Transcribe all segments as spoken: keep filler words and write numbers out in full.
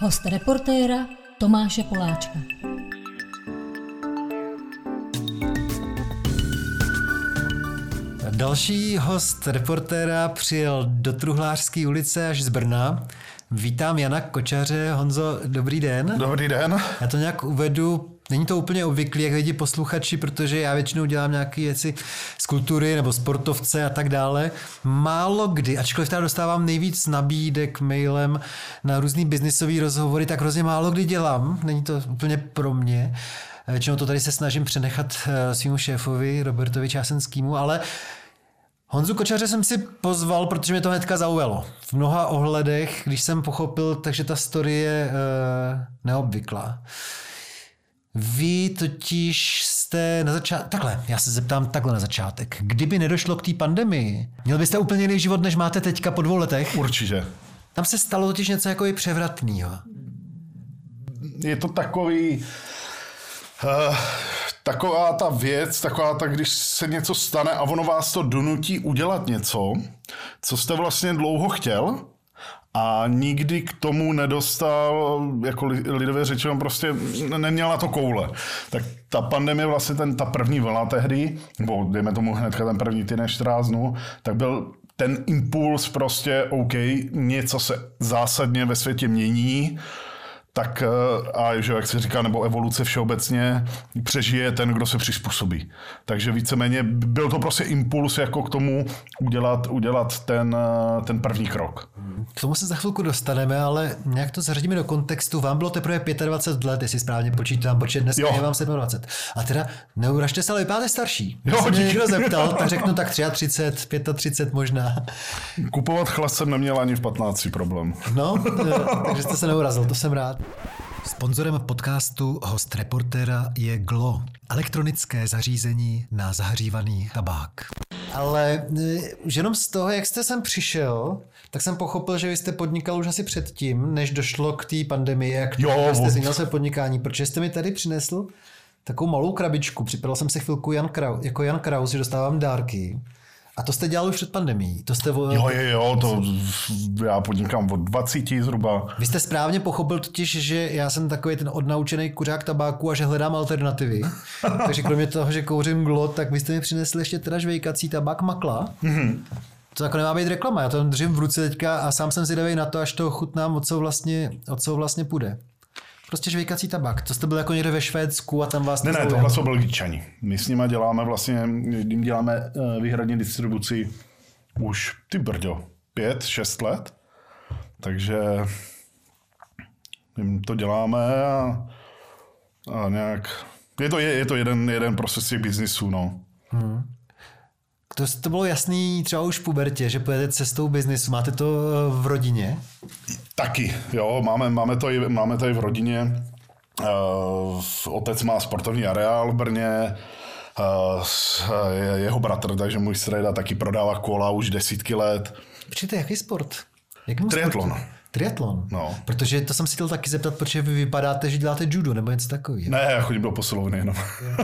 Host reportéra Tomáše Poláčka. Další host reportéra přijel do Truhlářské ulice až z Brna. Vítám Jana Kočaře. Honzo, dobrý den. Dobrý den. Já to nějak uvedu. Není to úplně obvyklý, jak vidí posluchači, protože já většinou dělám nějaké věci z kultury nebo sportovce a tak dále. Málo kdy, ačkoliv teda dostávám nejvíc nabídek mailem na různý biznisový rozhovory, tak hrozně málo kdy dělám. Není to úplně pro mě. Většinou to tady se snažím přenechat svýmu šéfovi Robertovi Čásenskému, ale Honzu Kočaře jsem si pozval, protože mě to hnedka zaujalo. V mnoha ohledech, když jsem pochopil, takže ta story je e, neobvyklá. Vy totiž jste na začátku... Takhle, já se zeptám takhle na začátek. Kdyby nedošlo k té pandemii, měl byste úplně jiný život, než máte teďka po dvou letech? Určitě. Tam se stalo totiž něco jako i převratného. Je to takový... Uh, taková ta věc, taková ta, když se něco stane a ono vás to donutí udělat něco, co jste vlastně dlouho chtěl a nikdy k tomu nedostal, jako lidově řečeno, prostě neměl na to koule. Tak ta pandemie, vlastně ten, ta první vlna tehdy, nebo dejme tomu hnedka ten první týden čtrnáct dnů, tak byl ten impuls prostě, OK, něco se zásadně ve světě mění, tak a že jak se říká, nebo evoluce všeobecně, přežije ten, kdo se přizpůsobí. Takže víceméně byl to prostě impuls jako k tomu udělat, udělat ten, ten první krok. K tomu se za chvilku dostaneme, ale nějak to zařadíme do kontextu. Vám bylo teprve dvacet pět let, jestli správně počítám, počet dneska je vám dvacet sedm. A teda neuražte se, ale vypadáte starší. Když se mě někdo zeptal, tak řeknu tak třicet tři, třicet pět možná. Kupovat chlast jsem neměl ani v patnácti problém. No, takže jste se neurazil, to jsem rád. Sponzorem podcastu Host reportéra je Glo, elektronické zařízení na zahřívaný tabák. Ale už jenom z toho, jak jste sem přišel, tak jsem pochopil, že vy jste podnikal už asi předtím, než došlo k té pandemii, jak jste změnil své podnikání, protože jste mi tady přinesl takovou malou krabičku. Připadal jsem se chvilku Jan Kraus, jako Jan Kraus, že dostávám dárky. A to jste dělal už před pandemií. To jste jo, jo, jo, to já podnikám od dvaceti zhruba. Vy jste správně pochopil totiž, že já jsem takový ten odnaučený kuřák tabáku a že hledám alternativy. Takže kromě toho, že kouřím Glo, tak vy jste mi přinesli ještě teda žvejkací tabák Makla. Mm-hmm. To jako nemá být reklama, já to držím v ruce teďka a sám jsem zvědavý na to, až to chutnám, o co vlastně, o co vlastně půjde. Prostě žvejkací tabák. To jste byl jako někde ve Švédsku a tam vás... Ne, ne, tohle jsou Belgičani. My s nima děláme vlastně, jim děláme výhradně distribuci už, ty brďo, pět, šest let. Takže jim to děláme a, a nějak... Je to, je, je to jeden, jeden prostě z těch biznisů, no. Hmm. To, to bylo jasný třeba už v pubertě, že pojedete cestou biznisu. Máte to v rodině? Taky, jo, máme, máme, to, i, máme to i v rodině. Uh, otec má sportovní areál v Brně, uh, je, jeho bratr, takže můj strejda taky prodává kola už desítky let. Počkejte, jaký sport? Jakým Triatlon. Sportu? Triatlon? No. Protože to jsem si chtěl taky zeptat, protože vy vypadáte, že děláte judo nebo něco takového. Ne, já chodím do posilovny jenom.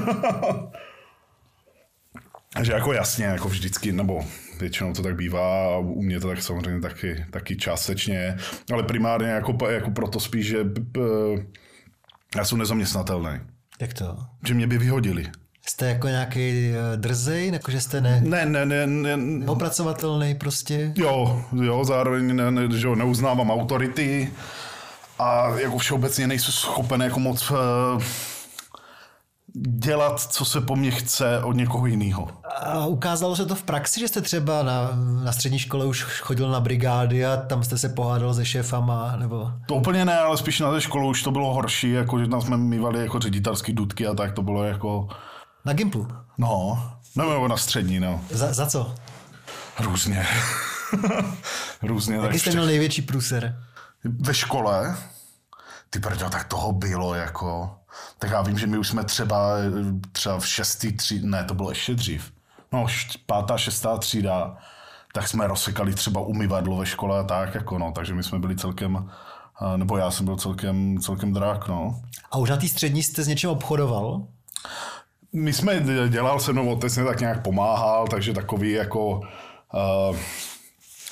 Takže jako jasně, jako vždycky, nebo většinou to tak bývá a u mě to tak samozřejmě taky, taky částečně, ale primárně jako, jako proto spíš, že p, já jsem nezaměstnatelný. Jak to? Že mě by vyhodili. Jste jako nějaký drzej, jako že jste ne... Ne, ne, ne, ne. Neopracovatelný prostě? Jo, jo, zároveň ne, ne, že neuznávám autority a jako všeobecně nejsem schopen jako moc... Uh, dělat, co se po mně chce od někoho jiného. A ukázalo se to v praxi, že jste třeba na, na střední škole už chodil na brigády a tam jste se pohádal se šéfama, nebo... To úplně ne, ale spíš na té škole už to bylo horší, jako že tam jsme mývali jako ředitelský dudky a tak, to bylo jako... Na Gimplu? No, nebo na střední, no. Za, za co? Různě. Různě. Jaký jste měl největší průser? Ve škole? Ty brďo, tak toho bylo jako... Tak já vím, že my už jsme třeba, třeba v šestý třídě, ne, to bylo ještě dřív, no pátá, šestá třída, tak jsme rozsekali třeba umyvadlo ve škole a tak, jako no, takže my jsme byli celkem, nebo já jsem byl celkem, celkem drák, no. A už na té střední jste s něčím obchodoval? My jsme dělal se mnou, otec mě tak nějak pomáhal, takže takový jako, uh,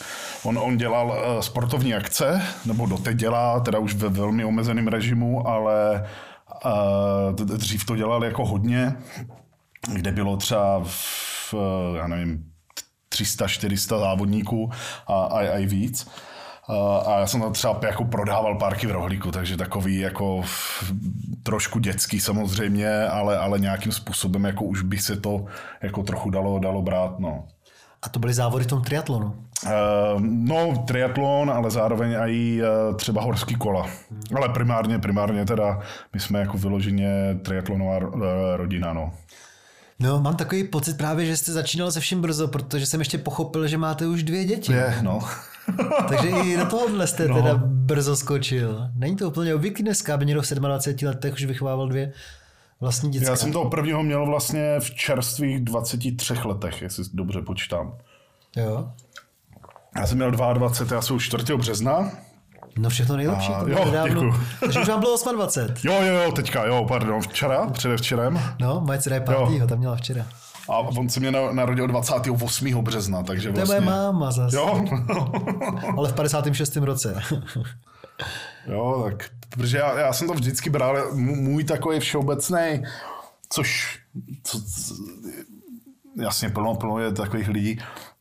On, on dělal uh, sportovní akce, nebo doteď dělá, teda už ve velmi omezeném režimu, ale uh, dřív to dělal jako hodně, kde bylo třeba v, já nevím, tři sta čtyři sta závodníků a, a, a i víc. A já jsem tam třeba jako prodával párky v rohlíku, takže takový jako trošku dětský samozřejmě, ale, ale nějakým způsobem jako už by se to jako trochu dalo, dalo brát, no. A to byly závody v tom triatlonu? Uh, no, triatlon, ale zároveň i uh, třeba horský kola. Hmm. Ale primárně, primárně teda my jsme jako vyloženě triatlonová rodina, no. No, mám takový pocit právě, že jste začínal se vším brzo, protože jsem ještě pochopil, že máte už dvě děti. Je, no. Takže i do tohohle jste no. teda brzo skočil. Není to úplně obvyklý dneska, aby někdo v dvaceti sedmi letech už vychovával dvě vlastní děcka. Já jsem toho prvního měl vlastně v čerstvých dvaceti třech letech, jestli dobře počítám. Jo. Já jsem měl dvacet dva, já jsem už čtvrtého března. No všechno nejlepší. A, jo, děkuju. Takže už vám bylo dvacet osm. Jo, jo, jo, teďka, jo, pardon, včera, předevčerem. No, moje dcera je pátýho, tam měla včera. A on se mě narodil dvacátého osmého března, takže vlastně... To je moje máma zase. Jo. Ale v padesátém šestém roce. Jo, tak, protože já, já jsem to vždycky bral, můj takový všeobecný, což, co, jasně plno, plno je takových lidí,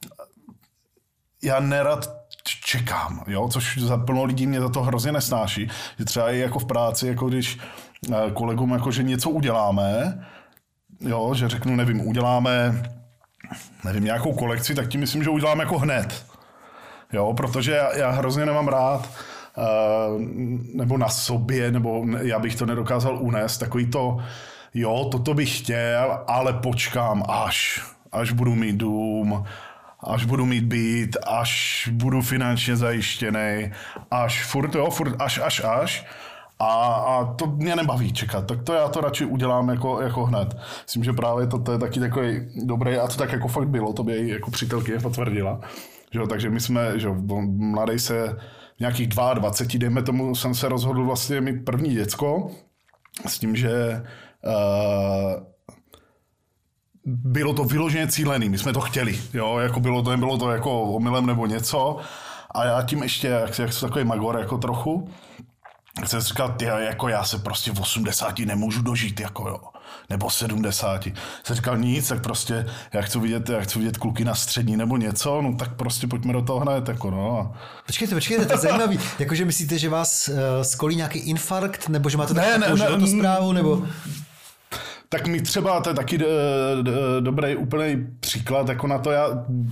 já nerad čekám, jo, což za plno lidí mě za to hrozně nesnáší, že třeba i jako v práci, jako když kolegům jako, že něco uděláme, jo, že řeknu, nevím, uděláme, nevím, nějakou kolekci, tak tím myslím, že uděláme jako hned, jo, protože já, já hrozně nemám rád, uh, nebo na sobě, nebo já bych to nedokázal unést, takový to, jo, toto bych chtěl, ale počkám až, až budu mít dům, až budu mít byt, až budu finančně zajištěný, až furt, jo, furt, až, až, až. A, a to mě nebaví čekat, tak to já to radši udělám jako, jako hned. Myslím, že právě to, to je taky takový dobrý, a to tak jako fakt bylo, to by i jako přítelkyně potvrdila. Že jo, takže my jsme, že jo, mladej se v nějakých dvaceti dva, dejme tomu, jsem se rozhodl vlastně mít první děcko, s tím, že uh, bylo to vyloženě cílený, my jsme to chtěli, jo, jako bylo to, nebylo to jako omylem nebo něco, a já tím ještě, jak, jak jsem takový magor jako trochu, tak jsem říkal, ty, jako já se prostě v osmdesáti nemůžu dožít, jako jo, nebo sedmdesáti. Jsem říkal nic, tak prostě já chci vidět, já chci vidět kluky na střední nebo něco, no tak prostě pojďme do toho hned, jako no. Počkejte, počkejte, to je zajímavý. Jakože myslíte, že vás uh, skolí nějaký infarkt, nebo že máte ne, takovou ne, životosprávu, nebo... Tak mi třeba, to je taky d, d, dobrý úplný příklad, jako na to já,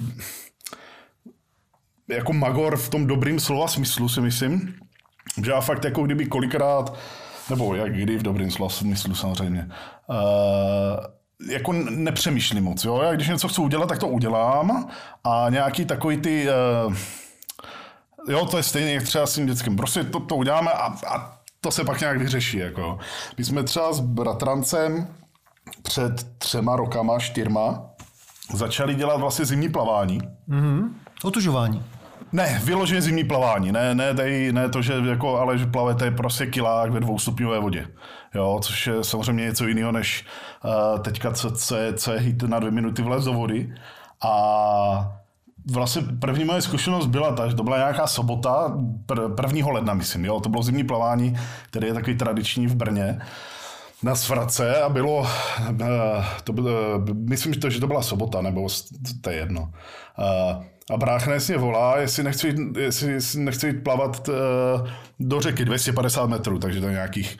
jako magor v tom dobrým slova smyslu si myslím, že já fakt jako kdyby kolikrát, nebo jak kdy v dobrým slova smyslu samozřejmě, uh, jako nepřemýšlím moc, jo, já když něco chci udělat, tak to udělám a nějaký takový ty, uh, jo, to je stejně jak třeba s tím dětským, prostě to, to uděláme a, a to se pak nějak vyřeší, jako. My jsme třeba s bratrancem před třema rokama, čtyřma, začali dělat vlastně zimní plavání. Mm-hmm. Otužování. Ne, vyloženě zimní plavání, ne, ne, dej, ne to, že jako, ale že plavete prostě kilák ve dvoustupňové vodě, jo, což je samozřejmě něco jiného, než uh, teďka, co, co, je, co je hit na dvě minuty vlez do vody. A vlastně první moje zkušenost byla ta, že to byla nějaká sobota, prvního ledna, myslím, jo, to bylo zimní plavání, který je takový tradiční v Brně, na Svratce a bylo, to bylo, myslím, že to, že to byla sobota, nebo to je jedno. A brácha mě volá, jestli nechci jít, jestli nechci jít plavat do řeky dvě stě padesát metrů, takže to je nějakých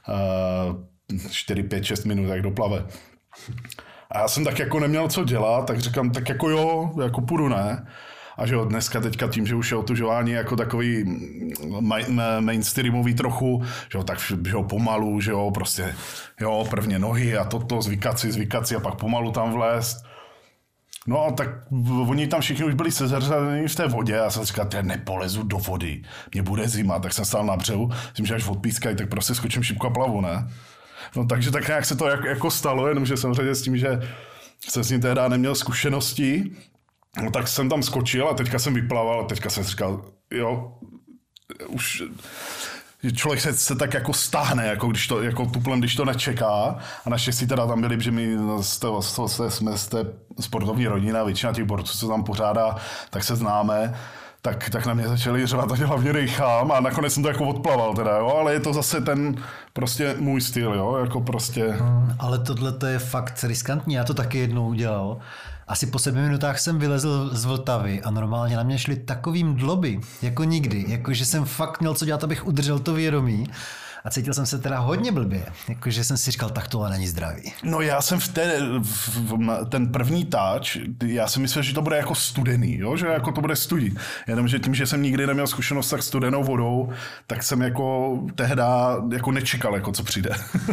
čtyři, pět, šest minut, jak doplave. A já jsem tak jako neměl co dělat, tak říkám, tak jako jo, jako půjdu, ne? A že jo, dneska teďka tím, že už je otužování jako takový mainstreamový trochu, že jo, tak že jo, pomalu, že jo, prostě, jo, prvně nohy a toto, zvykat si, zvykat si a pak pomalu tam vlézt. No a tak oni tam všichni už byli sezařazení v té vodě a já jsem říkal, já nepolezu do vody, mě bude zima, tak jsem stál na břehu, tím, že až odpískají, tak prostě skočím šipku a plavu, ne? No takže tak nějak se to jako, jako stalo, jenomže samozřejmě s tím, že jsem s ním tehdy neměl zkušenosti, no tak jsem tam skočil a teďka jsem vyplaval a teďka jsem říkal, jo, už člověk se, se tak jako stáhne, jako, když to, jako tuplem, když to nečeká. A naštěstí teda tam byli, že my z toho, z toho, jsme z té sportovní rodiny a většina těch borců, co tam pořádá, tak se známe. tak, tak na mě začali řvat, a hlavně dejchám a nakonec jsem to jako odplaval teda, jo, ale je to zase ten prostě můj styl, jo, jako prostě. Hmm, ale tohle to je fakt riskantní, já to taky jednou udělal. Asi po sedmi minutách jsem vylezl z Vltavy a normálně na mě šly takovým dloby, jako nikdy, jakože jsem fakt měl co dělat, abych udržel to vědomí. A cítil jsem se teda hodně blbě, jakože jsem si říkal, tak tohle není zdravý. No já jsem v, té, v, v ten první táč, já jsem myslel, že to bude jako studený, jo? Že jako to bude studí. Jenom, že tím, že jsem nikdy neměl zkušenost tak studenou vodou, tak jsem jako tehda jako nečekal, jako co přijde.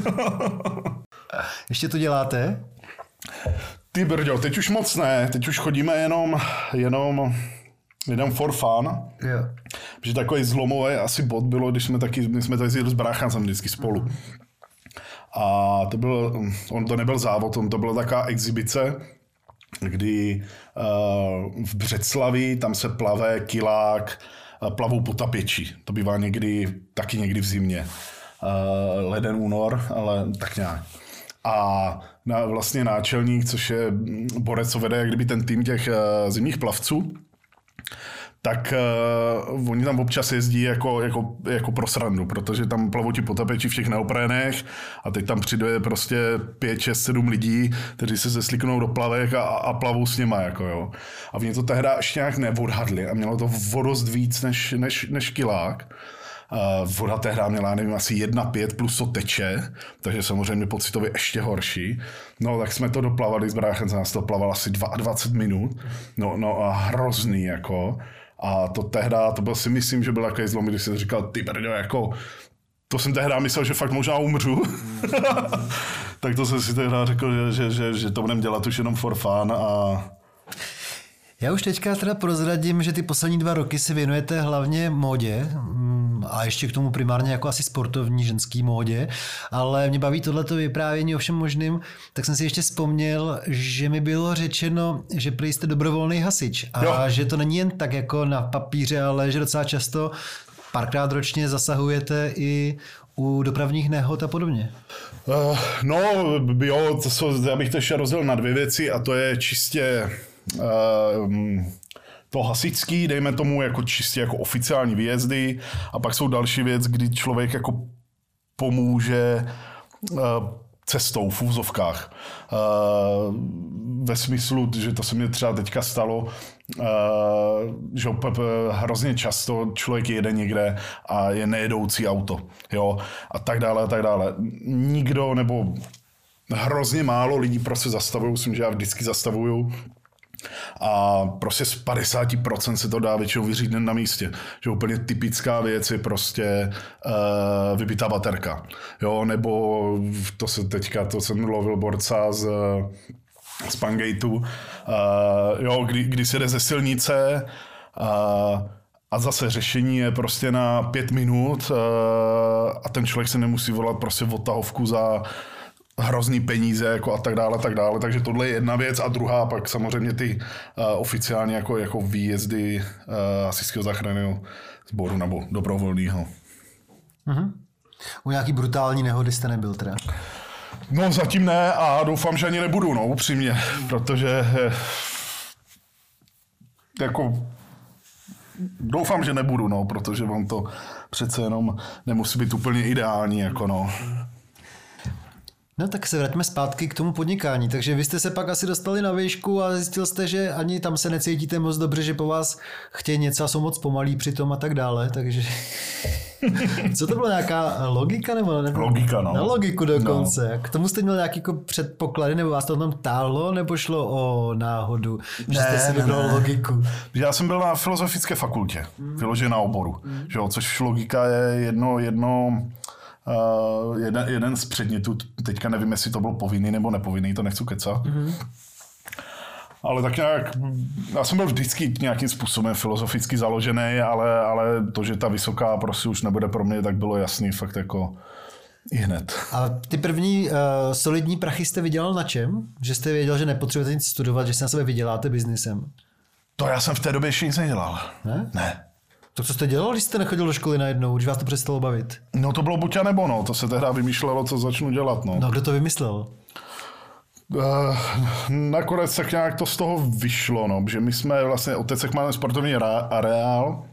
Ještě to děláte? Ty brďo, teď už moc ne, teď už chodíme jenom, jenom, jenom for fun. Jo. Protože takový zlomový asi bod bylo, když jsme taky, my jsme tady jezdili s bráchancem vždycky spolu. A to byl, on to nebyl závod, on to byla taková exibice, kdy uh, v Břeclavi tam se plave kilák, uh, plavou potapěči. To bývá někdy, taky někdy v zimě. Uh, leden, únor, ale tak nějak. A na, vlastně náčelník, což je borec, co vede jak kdyby ten tým těch uh, zimních plavců, tak uh, oni tam občas jezdí jako, jako, jako pro srandu, protože tam plavou ti potapeči v těch neoprénech a teď tam přijde prostě pět, šest, sedm lidí, kteří se zesliknou do plavek a, a plavou s něma. Jako, jo. A oni to tehdy ještě nějak neodhadli a mělo to vodost víc než, než, než kilák. Uh, voda tehdy měla, nevím, asi jedna pět plus to teče, takže samozřejmě pocitově ještě horší. No tak jsme to doplavali s bráchencem, nás to plaval asi dvacet dva minut. No, no a hrozný jako. A to tehdy, to byl si myslím, že byl takový zlom, když jsem říkal, ty brďo, jako, to jsem tehdy myslel, že fakt možná umřu. Tak to jsem si tehdy řekl, že, že, že, že to budeme dělat už jenom for fun a... Já už teďka teda prozradím, že ty poslední dva roky si věnujete hlavně módě a ještě k tomu primárně jako asi sportovní ženský módě, ale mě baví tohleto vyprávění o všem možným, tak jsem si ještě vzpomněl, že mi bylo řečeno, že prý jste dobrovolný hasič a jo. Že to není jen tak jako na papíře, ale že docela často párkrát ročně zasahujete i u dopravních nehod a podobně. Uh, no jo, to jsou, já bych to ještě rozdělil na dvě věci a to je čistě to hasičský, dejme tomu jako čistě jako oficiální výjezdy a pak jsou další věc, kdy člověk jako pomůže cestou v úzovkách. Ve smyslu, že to se mi třeba teďka stalo, že hrozně často člověk jede někde a je nejedoucí auto. Jo? A tak dále a tak dále. Nikdo nebo hrozně málo lidí prostě zastavují, myslím, že já vždycky zastavuju. A prostě z padesát procent se to dá většinou vyřídit na místě. Že úplně typická věc je prostě uh, vybitá baterka. Jo, nebo to se teďka, to jsem lovil borca z, z Pangateu, uh, jo, kdy, kdy se jde ze silnice uh, a zase řešení je prostě na pět minut uh, a ten člověk se nemusí volat prostě odtahovku za hrozný peníze jako a tak dále, tak dále. Takže tohle je jedna věc a druhá pak samozřejmě ty uh, oficiálně jako, jako výjezdy uh, hasičského záchranného sboru nebo dobrovolného. Uh-huh. U nějaký brutální nehody jste nebyl teda? No zatím ne a doufám, že ani nebudu, no upřímně, protože eh, jako doufám, že nebudu, no, protože vám to přece jenom nemusí být úplně ideální, jako no. No tak se vraťme zpátky k tomu podnikání. Takže vy jste se pak asi dostali na výšku a zjistil jste, že ani tam se necítíte moc dobře, že po vás chtějí něco a jsou moc pomalí při tom a tak dále. Takže co to byla nějaká logika? Nebo, nebo logika, no. Na logiku dokonce. No. K tomu jste měl nějaký jako předpoklady, nebo vás to tam táhlo, nebo šlo o náhodu? Že ne, jste si vybral ne. logiku? Já jsem byl na filozofické fakultě, mm. vyloženě na oboru. Mm. Že jo, což logika je jedno, jedno Uh, jeden, jeden z předmětů, teďka nevím, jestli to bylo povinný nebo nepovinný, to nechci kecat. Mm-hmm. Ale tak nějak, já jsem byl vždycky nějakým způsobem filozoficky založený, ale, ale to, že ta vysoká prostě už nebude pro mě, tak bylo jasný fakt jako i hned. A ty první uh, solidní prachy jste vydělal na čem? Že jste věděl, že nepotřebujete nic studovat, že se na sebe vyděláte biznisem? To já jsem v té době ještě nic nedělal. Ne? Ne. To co jste dělal, když jste nechodil do školy najednou, když vás to přestalo bavit? No to bylo buď a nebo, no. To se tehdy vymýšlelo, co začnu dělat, no. No kdo to vymyslel? Nakonec tak nějak to z toho vyšlo, no, že my jsme vlastně, otec, jak máme sportovní areál,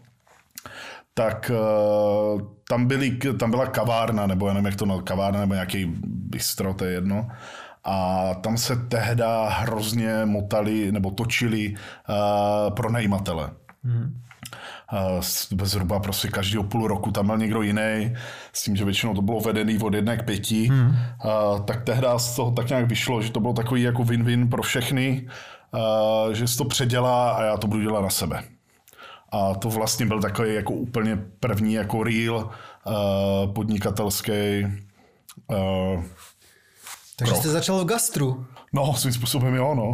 tak uh, tam, byly, tam byla kavárna, nebo já nevím, jak to no, kavárna, nebo nějaký bistro, to je jedno. A tam se tehda hrozně motali, nebo točili uh, pronajímatele. Mm. Uh, zhruba prostě každého půl roku tam byl někdo jiný, s tím, že většinou to bylo vedený od jedné k pěti. Mm. Uh, tak tehda z toho tak nějak vyšlo, že to bylo takový jako win-win pro všechny, uh, že se to předělá a já to budu dělat na sebe. A to vlastně byl takový jako úplně první jako real uh, podnikatelský uh, Takže krok. jste začal v gastru. No, svým způsobem jo, no.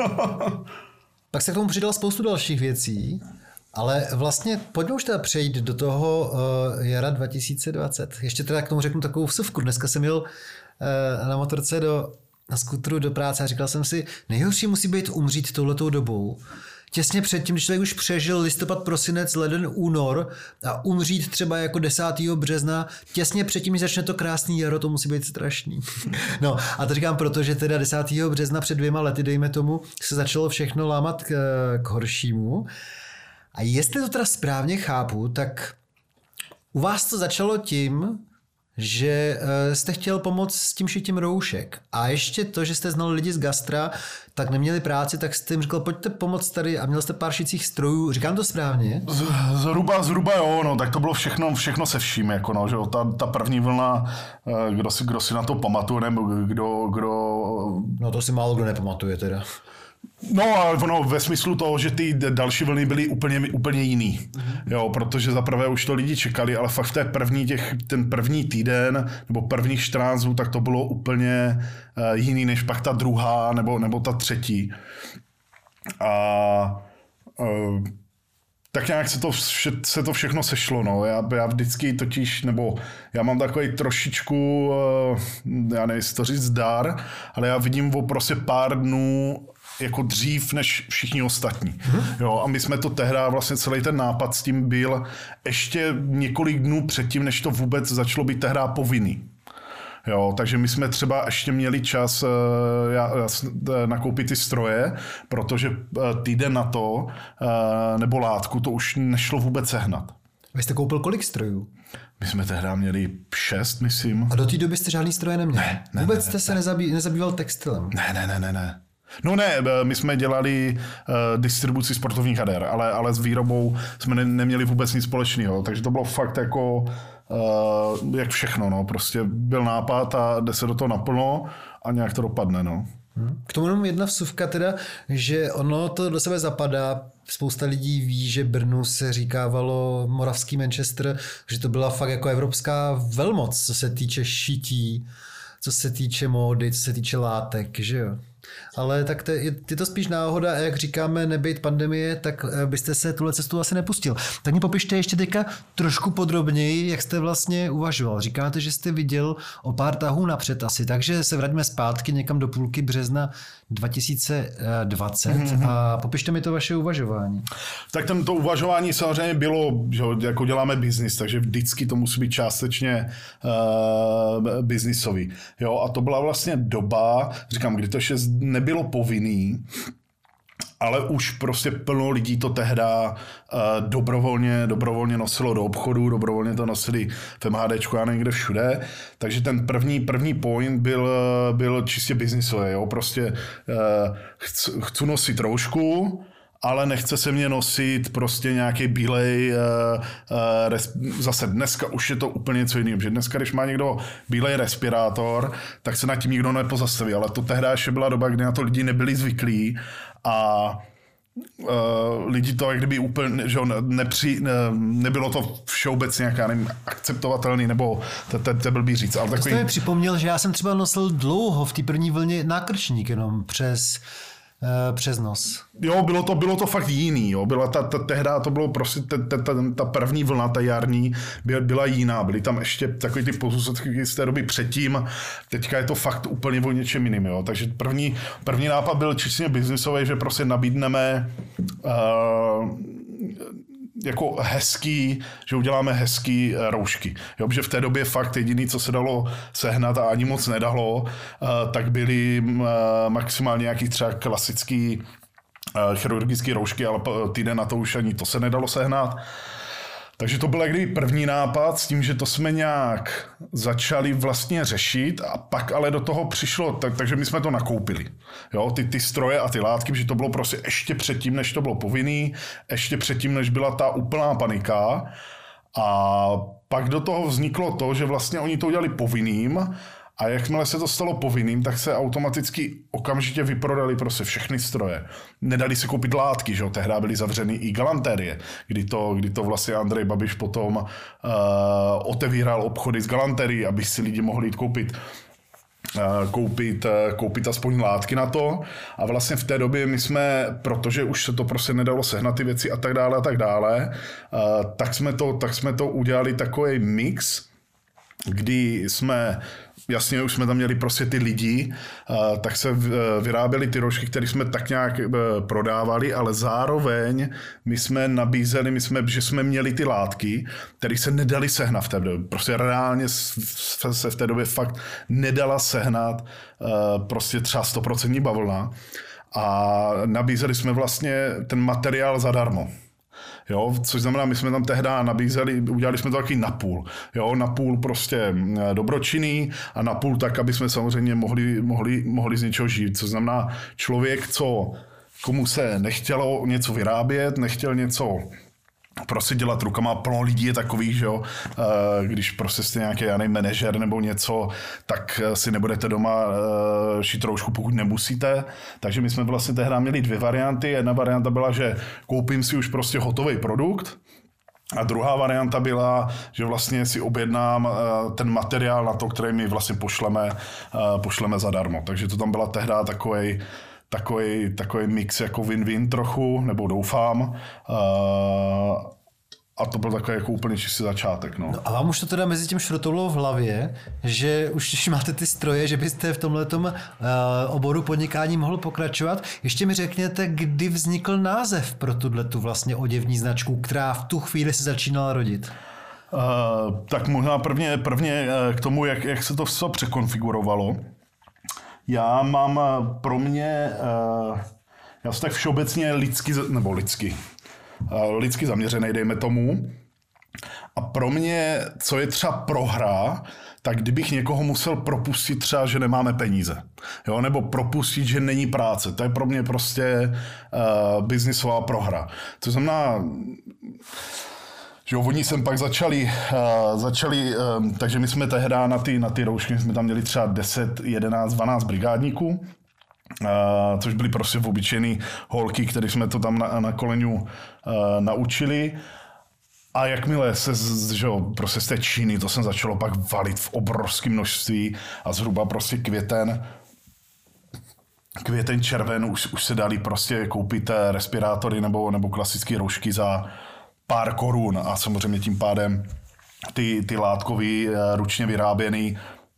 Pak se k tomu přidal spoustu dalších věcí, ale vlastně pojďme už teda přejít do toho uh, jara dva tisíce dvacet. Ještě teda k tomu řeknu takovou vsuvku. Dneska jsem jel uh, na motorce do, na skutru do práce a říkal jsem si, nejhorší musí být umřít touhletou dobou. Těsně předtím, když člověk už přežil listopad, prosinec, leden, únor a umřít třeba jako desátého března, těsně předtím, než začne to krásný jaro, to musí být strašný. No a to říkám proto, že teda desátého března před dvěma lety, dejme tomu, se začalo všechno lámat k, k horšímu. A jestli to teda správně chápu, tak u vás to začalo tím, že jste chtěl pomoct s tím šitím roušek. A ještě to, že jste znal lidi z gastra, tak neměli práci, tak jste jim říkal, pojďte pomoct tady a měl jste pár šicích strojů. Říkám to správně? Z, zhruba, zhruba jo, no, tak to bylo všechno, všechno se vším, jako no, že jo, ta, ta první vlna, kdo si, kdo si na to pamatuje, nebo kdo, kdo... No to si málo kdo nepamatuje teda. No a ono ve smyslu toho, že ty další vlny byly úplně, úplně jiný. Mm-hmm. Jo, protože zaprvé už to lidi čekali, ale fakt v té první těch, ten první týden nebo prvních čtrnáct dnů, tak to bylo úplně uh, jiný než pak ta druhá nebo, nebo ta třetí. A uh, tak nějak se to, vše, se to všechno sešlo. No. Já, já vždycky totiž, nebo já mám takový trošičku, uh, já nevím, to říct dar, ale já vidím o prostě pár dnů jako dřív než všichni ostatní. Hmm. Jo, a my jsme to tehdy, vlastně celý ten nápad s tím byl ještě několik dnů předtím, než to vůbec začalo být tehdy povinný. Jo, takže my jsme třeba ještě měli čas uh, já, já, nakoupit ty stroje, protože uh, týden na to, uh, nebo látku, to už nešlo vůbec sehnat. Vy jste koupil kolik strojů? My jsme tehdy měli šest, myslím. A do té doby jste žádný stroje neměli? Ne, ne, vůbec ne, jste ne, se ne. Nezabý, nezabýval textilem? Ne, ne, ne, ne, ne. No ne, my jsme dělali uh, distribuci sportovních jader, ale, ale s výrobou jsme ne, neměli vůbec nic společného, takže to bylo fakt jako uh, jak všechno, no, prostě byl nápad a jde se do toho naplno a nějak to dopadne, no. K tomu jenom jedna vsuvka teda, že ono to do sebe zapadá. Spousta lidí ví, že Brnu se říkávalo moravský Manchester, že to byla fakt jako evropská velmoc, co se týče šití, co se týče módy, co se týče látek, že jo. Ale tak to, je, je to spíš náhoda a jak říkáme nebejt pandemie, tak byste se tuhle cestu asi nepustil. Tak mi popište ještě teďka trošku podrobněji, jak jste vlastně uvažoval. Říkáte, že jste viděl o pár tahů napřed asi, takže se vraťme zpátky někam do půlky března dva tisíce dvacet mm-hmm. a popište mi to vaše uvažování. Tak ten, to uvažování samozřejmě bylo, že jako děláme biznis, takže vždycky to musí být částečně uh, biznisový. Jo, a to byla vlastně doba, říkám, kdy to ještě nebylo povinný, ale už prostě plno lidí to tehda uh, dobrovolně, dobrovolně nosilo do obchodu, dobrovolně to nosili v MHDčku a někde všude. Takže ten první, první point byl, byl čistě biznisový. Jo? Prostě uh, chci, chci nosit roušku, ale nechce se mě nosit prostě nějaký bílej, uh, uh, res, zase dneska už je to úplně něco jiného, že dneska, když má někdo bílej respirátor, tak se nad tím nikdo nepozastaví, ale to tehdy ještě byla doba, kdy na to lidi nebyli zvyklí a uh, lidi to jak kdyby úplně, že nepři, ne, nebylo to všeobecně nějaká, nevím, akceptovatelný, nebo to, to, to blbý říct. Ale takový... To jste mi připomněl, že já jsem třeba nosil dlouho v té první vlně nákrčník jenom přes přes nos. Jo, bylo to, bylo to fakt jiný, jo. Byla ta, ta, tehda to bylo prostě ta, ta, ta, ta první vlna, ta jarní, byla jiná. Byly tam ještě takový ty pozůstatky z té doby předtím. Teďka je to fakt úplně o něčem jiným, jo. Takže první, první nápad byl čistě biznisový, že prostě nabídneme uh, jako hezký, že uděláme hezký roušky. Jo, protože v té době fakt jediný, co se dalo sehnat a ani moc nedalo, tak byly maximálně nějaký třeba klasický chirurgický roušky, ale týden na to už ani to se nedalo sehnat. Takže to byl jaký první nápad s tím, že to jsme nějak začali vlastně řešit a pak ale do toho přišlo, tak, takže my jsme to nakoupili. Jo, ty, ty stroje a ty látky, že to bylo prostě ještě předtím, než to bylo povinný, ještě předtím, než byla ta úplná panika. A pak do toho vzniklo to, že vlastně oni to udělali povinným a jakmile se to stalo povinným, tak se automaticky okamžitě vyprodali prostě všechny stroje. Nedali se koupit látky, že jo, tehdy byly zavřeny i galantérie, kdy to, kdy to vlastně Andrej Babiš potom uh, otevíral obchody s galantérií, aby si lidi mohli jít koupit uh, koupit, uh, koupit aspoň látky na to. A vlastně v té době my jsme, protože už se to prostě nedalo sehnat ty věci a tak dále a tak dále, uh, tak jsme to, tak jsme to udělali takový mix, kdy jsme, jasně už jsme tam měli prostě ty lidi, tak se vyráběly ty roušky, které jsme tak nějak prodávali, ale zároveň my jsme nabízeli, my jsme, že jsme měli ty látky, které se nedaly sehnat v té době. Prostě reálně se v té době fakt nedala sehnat prostě třeba sto procent bavlna a nabízeli jsme vlastně ten materiál zadarmo. Jo, což znamená, my jsme tam tehdy nabízeli, udělali jsme to taky napůl. Jo, napůl prostě dobročinný a napůl tak, aby jsme samozřejmě mohli, mohli, mohli z něčeho žít. Což znamená, člověk, co, komu se nechtělo něco vyrábět, nechtěl něco prostě dělat rukama, plno lidí je takových, že jo, když prostě jste nějaký, já nevím, manažer nebo něco, tak si nebudete doma šít roušku, pokud nemusíte. Takže my jsme vlastně tehdy měli dvě varianty. Jedna varianta byla, že koupím si už prostě hotový produkt, a druhá varianta byla, že vlastně si objednám ten materiál na to, který my vlastně pošleme, pošleme zadarmo. Takže to tam byla tehdy takovej Takový, takový mix jako win-win trochu, nebo doufám. A to byl takový jako úplně čistý začátek. No. No a vám už to teda mezi tím šrotovalo v hlavě, že už když máte ty stroje, že byste v tomhletom uh, oboru podnikání mohl pokračovat. Ještě mi řekněte, kdy vznikl název pro tuhletu vlastně oděvní značku, která v tu chvíli se začínala rodit. Uh, tak možná prvně, prvně k tomu, jak, jak se to vše překonfigurovalo. Já mám pro mě, já jsem tak všeobecně lidsky, nebo lidsky, lidsky zaměřený, dejme tomu. A pro mě, co je třeba prohra, tak kdybych někoho musel propustit třeba, že nemáme peníze. Jo? Nebo propustit, že není práce. To je pro mě prostě uh, biznisová prohra. To znamená, že jo, oni sem pak začali, uh, začali uh, takže my jsme tehdy na ty, na ty roušky, jsme tam měli třeba deset, jedenáct, dvanáct brigádníků, uh, což byly prostě obyčejný holky, které jsme to tam na, na koleňu uh, naučili. A jakmile se že jo, prostě z té Číny, to jsem začalo pak valit v obrovském množství a zhruba prostě květen, květen červen, už, už se dali prostě koupit respirátory nebo, nebo klasické roušky za pár korun a samozřejmě tím pádem ty, ty látkový ručně vyráběný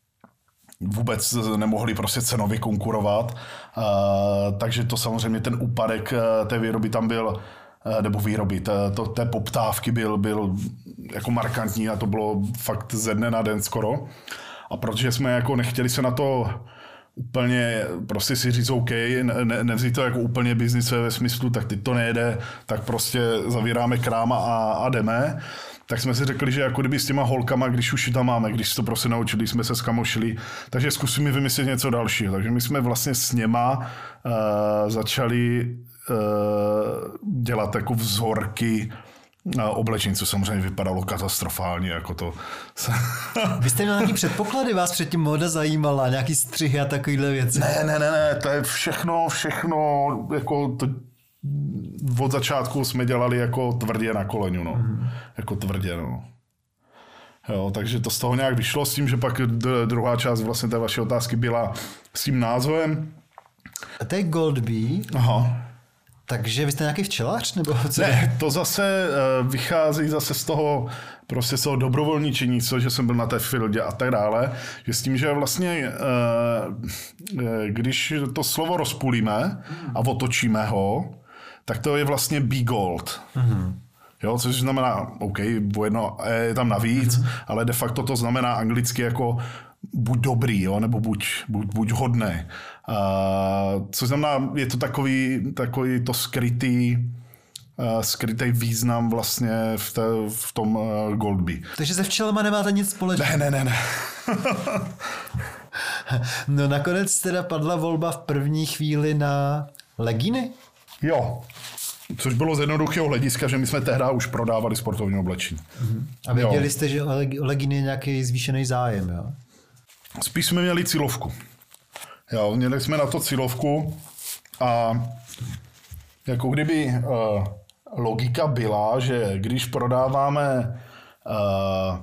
vůbec nemohli prostě cenově konkurovat. Takže to samozřejmě ten úpadek té výroby tam byl, nebo výroby, to, té poptávky byl, byl jako markantní a to bylo fakt ze dne na den skoro. A protože jsme jako nechtěli se na to úplně prostě si říct OK, ne, nevzít to jako úplně biznisové ve smyslu, tak teď to nejde, tak prostě zavíráme kráma a, a jdeme. Tak jsme si řekli, že jako kdyby s těma holkama, když už tam máme, když to prostě naučili, jsme se skamošili, takže zkusíme vymyslet něco dalšího. Takže my jsme vlastně s něma uh, začali uh, dělat jako vzorky oblečení, co samozřejmě vypadalo katastrofálně, jako to. Vy jste měl nějaký předpoklady, vás předtím móda zajímala, nějaký střihy a takovýhle věci? Ne, ne, ne, ne, to je všechno, všechno, jako to, od začátku jsme dělali jako tvrdě na koleňu, no. Mm. Jako tvrdě, no. Jo, takže to z toho nějak vyšlo s tím, že pak druhá část vlastně té vaší otázky byla s tím názvem. A to je Gold Bee. Aha. Takže vy jste nějaký včelař? Nebo co? Ne, to zase uh, vychází zase z toho, prostě z toho dobrovolničení, co, že jsem byl na té fieldě a tak dále, že s tím, že vlastně uh, když to slovo rozpůlíme a otočíme ho, tak to je vlastně Bee Gold. Mm-hmm. Jo, což znamená, OK, jedno je tam navíc, mm-hmm. ale de facto to znamená anglicky jako buď dobrý, jo, nebo buď, buď, buď hodný. Uh, což znamená, je to takový, takový to skrytý, uh, skrytý význam vlastně v, té, v tom uh, Goldby. Takže se včelama nemáte nic společného? Ne, ne, ne, ne. No nakonec teda padla volba v první chvíli na legíny? Jo. Což bylo z jednoduchého hlediska, že my jsme tehdy už prodávali sportovní oblečení. Uh-huh. A věděli jo. jste, že o legíny je nějaký zvýšený zájem, jo? Spíš jsme měli cílovku. Jo, měli jsme na to cílovku a jako kdyby uh, logika byla, že když prodáváme uh,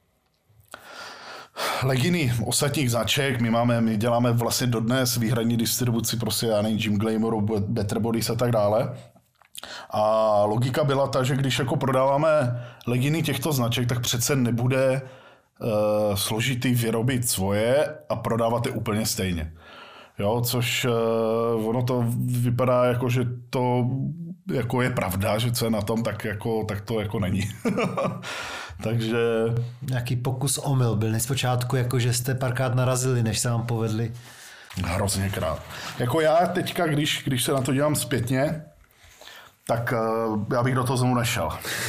leginy ostatních značek, my máme, my děláme vlastně dodnes výhradní distribuci, prostě já nevím, Gym Glamouru, Better Bodies a tak dále. A logika byla ta, že když jako prodáváme leginy těchto značek, tak přece nebude uh, složitý vyrobit svoje a prodávat je úplně stejně. Jo, což uh, ono to vypadá jako, že to jako je pravda, že co je na tom, tak, jako, tak to jako není. Takže... Nějaký pokus omyl byl nezpočátku, jako že jste párkrát narazili, než se vám povedli. Hrozně krát. Jako já teďka, když, když se na to dělám zpětně, tak uh, já bych do toho znovu nešel.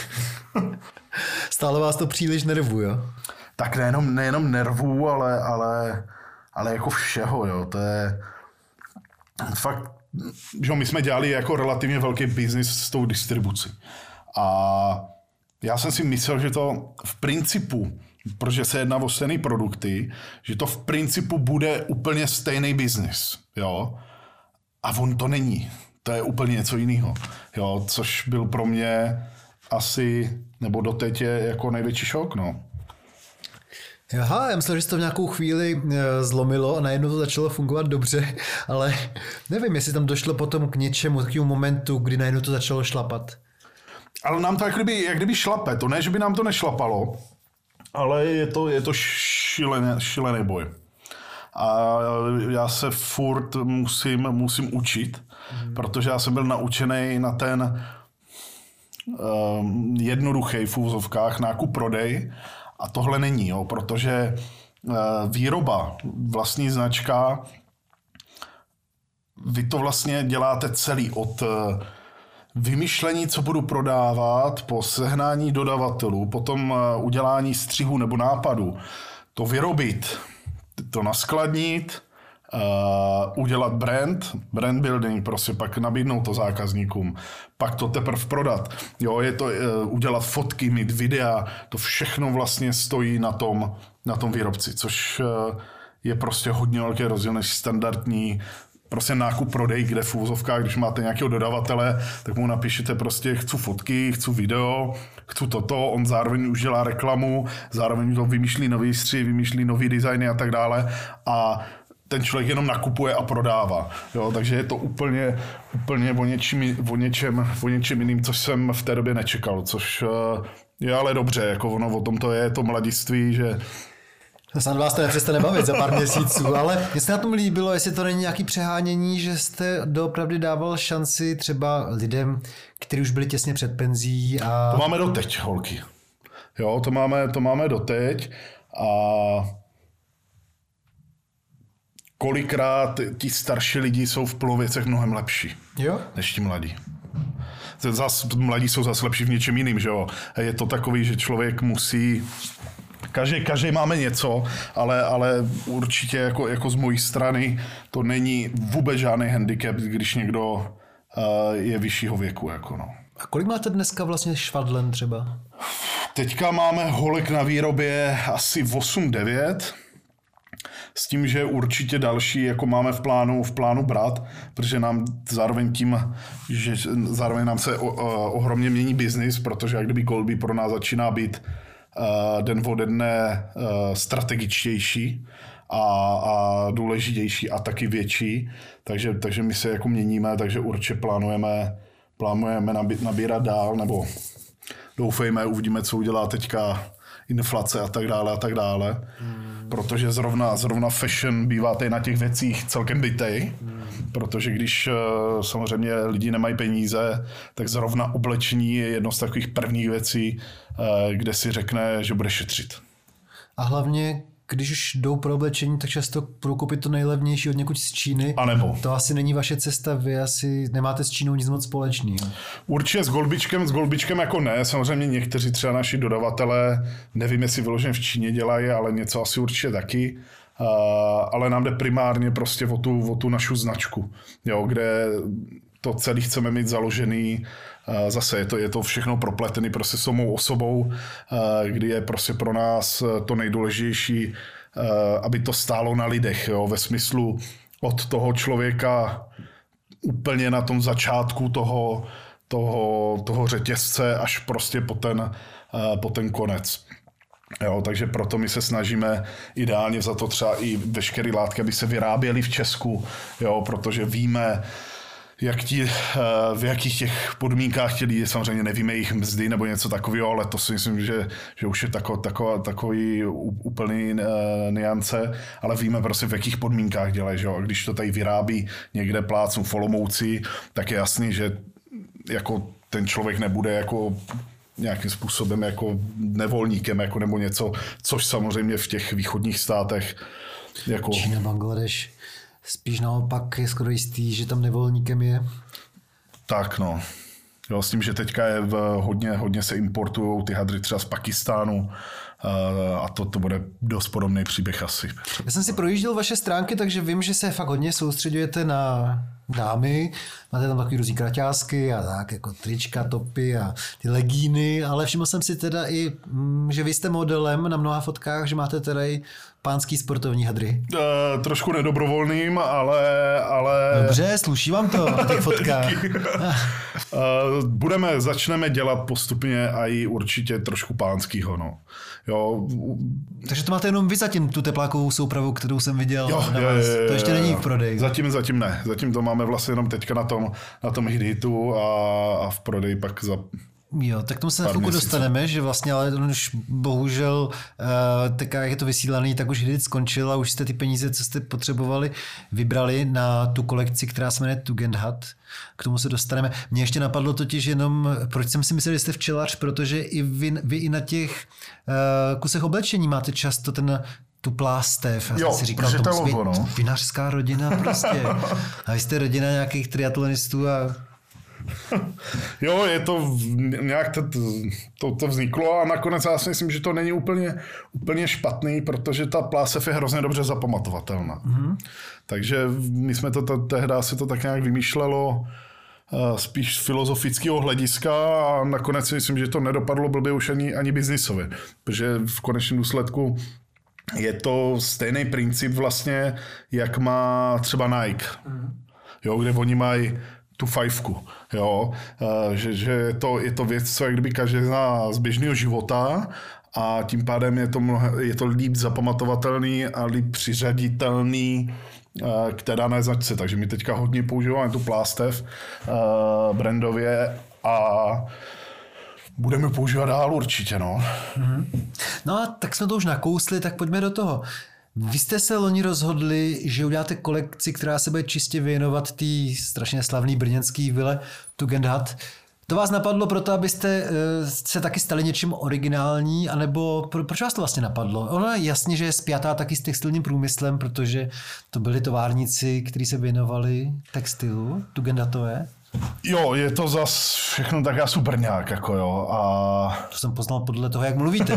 Stále vás to příliš nervů, jo? Tak nejenom, nejenom nervů, ale, ale, ale jako všeho, jo. To je fakt, že my jsme dělali jako relativně velký biznis s tou distribucí. A já jsem si myslel, že to v principu, protože se jedná o stejné produkty, že to v principu bude úplně stejný biznis, jo. A on to není. To je úplně něco jiného, jo, což byl pro mě asi, nebo doteď je jako největší šok, no. Aha, já myslel, že se to v nějakou chvíli zlomilo a najednou to začalo fungovat dobře, ale nevím, jestli tam došlo potom k něčemu, takovému momentu, kdy najednou to začalo šlapat. Ale nám to jak kdyby, jak kdyby šlape, to ne, že by nám to nešlapalo, ale je to, je to šílený, šílený boj. A já se furt musím, musím učit, hmm. protože já jsem byl naučený na ten um, jednoduchý v úvozovkách nákup prodej a tohle není, jo, protože uh, výroba, vlastní značka, vy to vlastně děláte celý od uh, vymyšlení, co budu prodávat, po sehnání dodavatelů, potom uh, udělání střihu nebo nápadu, to vyrobit, to naskladnit, uh, udělat brand, brand building, prostě pak nabídnout to zákazníkům, pak to teprve prodat. Jo, je to uh, udělat fotky, mít videa, to všechno vlastně stojí na tom, na tom výrobci, což uh, je prostě hodně velký rozdíl než standardní prostě nákup prodej, kde v úvozovkách, když máte nějakého dodavatele, tak mu napíšete prostě chci fotky, chci video, chci toto, on zároveň už dělá reklamu, zároveň to vymýšlí nový střih, vymýšlí nový designy a tak dále a ten člověk jenom nakupuje a prodává. Jo, takže je to úplně, úplně o, něčím, o, něčem, o něčem jiným, což jsem v té době nečekal, což je ale dobře, jako ono o tom to je, to mladiství, že Snad vás to nepřestane bavit za pár měsíců, ale mně se na tom líbilo, jestli to není nějaký přehánění, že jste doopravdy dával šanci třeba lidem, kteří už byli těsně před penzí. A... To máme doteď, holky. Jo, to máme, to máme doteď a kolikrát ti starší lidi jsou v plnou věcech mnohem lepší, jo? Než ti mladí. Zas, mladí jsou zase lepší v něčem jiným, že jo. Je to takový, že člověk musí... Každý, každý máme něco, ale, ale určitě jako, jako z mojí strany to není vůbec žádný handicap, když někdo uh, je vyššího věku. Jako no. A kolik máte dneska vlastně švadlen třeba? Teďka máme holek na výrobě asi osm devět, s tím, že určitě další jako máme v plánu, v plánu brát, protože nám zároveň tím, že zároveň nám se o, o, ohromně mění biznis, protože jak kdyby Goldby pro nás začíná být Uh, den ode dne uh, strategičtější a, a důležitější a taky větší, takže, takže my se jako měníme, takže určitě plánujeme, plánujeme nabí, nabírat dál, nebo doufejme, uvidíme, co udělá teďka inflace a tak dále a tak dále. Hmm. Protože zrovna, zrovna fashion bývá tady na těch věcích celkem bytej, hmm. protože když samozřejmě lidi nemají peníze, tak zrovna oblečení je jedno z takových prvních věcí, kde si řekne, že bude šetřit. A hlavně, když už jdou pro oblečení, tak často budou koupit to nejlevnější od někud z Číny. A nebo. To asi není vaše cesta, vy asi nemáte s Čínou nic moc společného. Určitě s Golbičkem, s Golbičkem jako ne, samozřejmě někteří třeba naši dodavatelé, nevím, jestli vyloženě v Číně dělají, ale něco asi určitě taky. Uh, ale nám jde primárně prostě o tu, o tu našu značku, jo, kde to celé chceme mít založený. Uh, zase je to, je to všechno propletený prostě s mou osobou, uh, kdy je prostě pro nás to nejdůležitější, uh, aby to stálo na lidech, jo, ve smyslu od toho člověka úplně na tom začátku toho, toho, toho řetězce až prostě po ten, uh, po ten konec. Jo, takže proto my se snažíme ideálně za to třeba i veškeré látky, aby se vyráběly v Česku, jo, protože víme, jak ti, v jakých těch podmínkách ti lidi, samozřejmě nevíme jejich mzdy nebo něco takového, ale to si myslím, že, že už je tako, tako, takový úplný niance, ale víme prostě, v jakých podmínkách dělají. Že jo? A když to tady vyrábí někde plácnu v Olomouci, tak je jasný, že jako ten člověk nebude jako nějakým způsobem jako nevolníkem jako nebo něco, což samozřejmě v těch východních státech jako... Čína, Bangladeš, spíš naopak je skoro jistý, že tam nevolníkem je. Tak no. Jo, s tím, že teďka je v, hodně, hodně se importují ty hadry třeba z Pakistánu a to, to bude dost podobný příběh asi. Já jsem si projížděl vaše stránky, takže vím, že se fakt hodně soustředujete na dámy. Máte tam takový různý kraťásky a tak, jako trička, topy a ty legíny, ale všiml jsem si teda i, že vy jste modelem na mnoha fotkách, že máte teda i pánský sportovní hadry. E, trošku nedobrovolným, ale... ale... Dobře, sluší vám to na těch fotkách. e, budeme, začneme dělat postupně a i určitě trošku pánskýho, no. Jo. Takže to máte jenom vy zatím, tu teplákovou soupravu, kterou jsem viděl jo, na je, vás. Je, to ještě je, není v prodeji. Zatím, zatím ne. Zatím to máme vlastně jenom teďka na tom, na tom hitu a, a v prodeji pak za... Jo, tak tomu se na chvilku dostaneme, že vlastně, ale on už bohužel, uh, tak jak je to vysílaný, tak už hit skončil a už jste ty peníze, co jste potřebovali, vybrali na tu kolekci, která se jmenuje Tugendhat. K tomu se dostaneme. Mně ještě napadlo totiž jenom, proč jsem si myslel, že jste včelař, protože i vy, vy i na těch uh, kusech oblečení máte často ten tu plástev. Já jo, jsem si říkal, to musí být no. vinařská rodina prostě. A vy jste rodina nějakých triatlonistů a... Jo, je to nějak to, to, to vzniklo a nakonec já si myslím, že to není úplně, úplně špatný, protože ta plástev je hrozně dobře zapamatovatelná. Mm-hmm. Takže my jsme to tehdy si to tak nějak vymýšlelo spíš z filozofického hlediska a nakonec si myslím, že to nedopadlo blbě už ani, ani biznisově, protože v konečném důsledku je to stejný princip vlastně, jak má třeba Nike, mm-hmm. jo, kde oni mají tu fajfku, jo, že, že je, to, je to věc, co jak kdyby každý zná z běžného života a tím pádem je to, mnoho, je to líp zapamatovatelný a líp přiřaditelný k té dané značce, takže my teďka hodně používáme tu plástev uh, brandově a budeme používat dál určitě, no. Mm-hmm. No a tak jsme to už nakousli, tak pojďme do toho. Vy jste se loni rozhodli, že uděláte kolekci, která se bude čistě věnovat té strašně slavné brněnské vile Tugendhat. To vás napadlo proto, abyste se taky stali něčím originální, anebo proč vás to vlastně napadlo? Ono je jasně, že je spjatá taky s textilním průmyslem, protože to byli továrníci, kteří se věnovali textilu Tugendhatové. Jo, je to zas všechno tak já super nějak, jako jo. A... To jsem poznal podle toho, jak mluvíte.